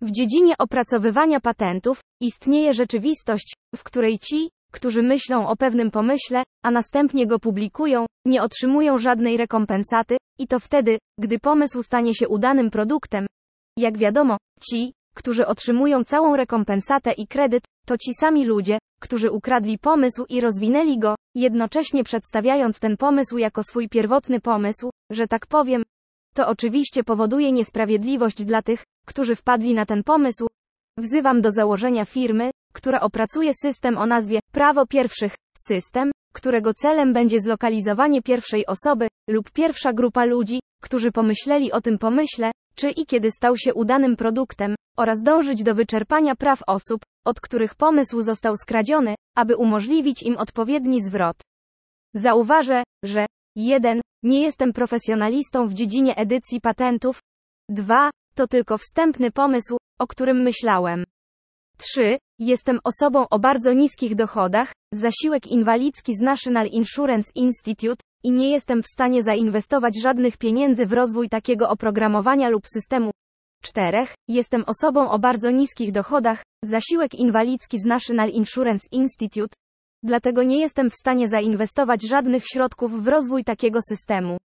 W dziedzinie opracowywania patentów istnieje rzeczywistość, w której ci, którzy myślą o pewnym pomyśle, a następnie go publikują, nie otrzymują żadnej rekompensaty, i to wtedy, gdy pomysł stanie się udanym produktem. Jak wiadomo, ci, którzy otrzymują całą rekompensatę i kredyt, to ci sami ludzie, którzy ukradli pomysł i rozwinęli go, jednocześnie przedstawiając ten pomysł jako swój pierwotny pomysł, że tak powiem. To oczywiście powoduje niesprawiedliwość dla tych, którzy wpadli na ten pomysł. Wzywam do założenia firmy, która opracuje system o nazwie Prawo Pierwszych, system, którego celem będzie zlokalizowanie pierwszej osoby, lub pierwsza grupa ludzi, którzy pomyśleli o tym pomyśle, czy i kiedy stał się udanym produktem, oraz dążyć do wyczerpania praw osób, od których pomysł został skradziony, aby umożliwić im odpowiedni zwrot. Zauważę, że 1. Nie jestem profesjonalistą w dziedzinie edycji patentów. 2. To tylko wstępny pomysł, o którym myślałem. 3. Jestem osobą o bardzo niskich dochodach, zasiłek inwalidzki z National Insurance Institute, i nie jestem w stanie zainwestować żadnych pieniędzy w rozwój takiego oprogramowania lub systemu. 4. Jestem osobą o bardzo niskich dochodach, zasiłek inwalidzki z National Insurance Institute, dlatego nie jestem w stanie zainwestować żadnych środków w rozwój takiego systemu.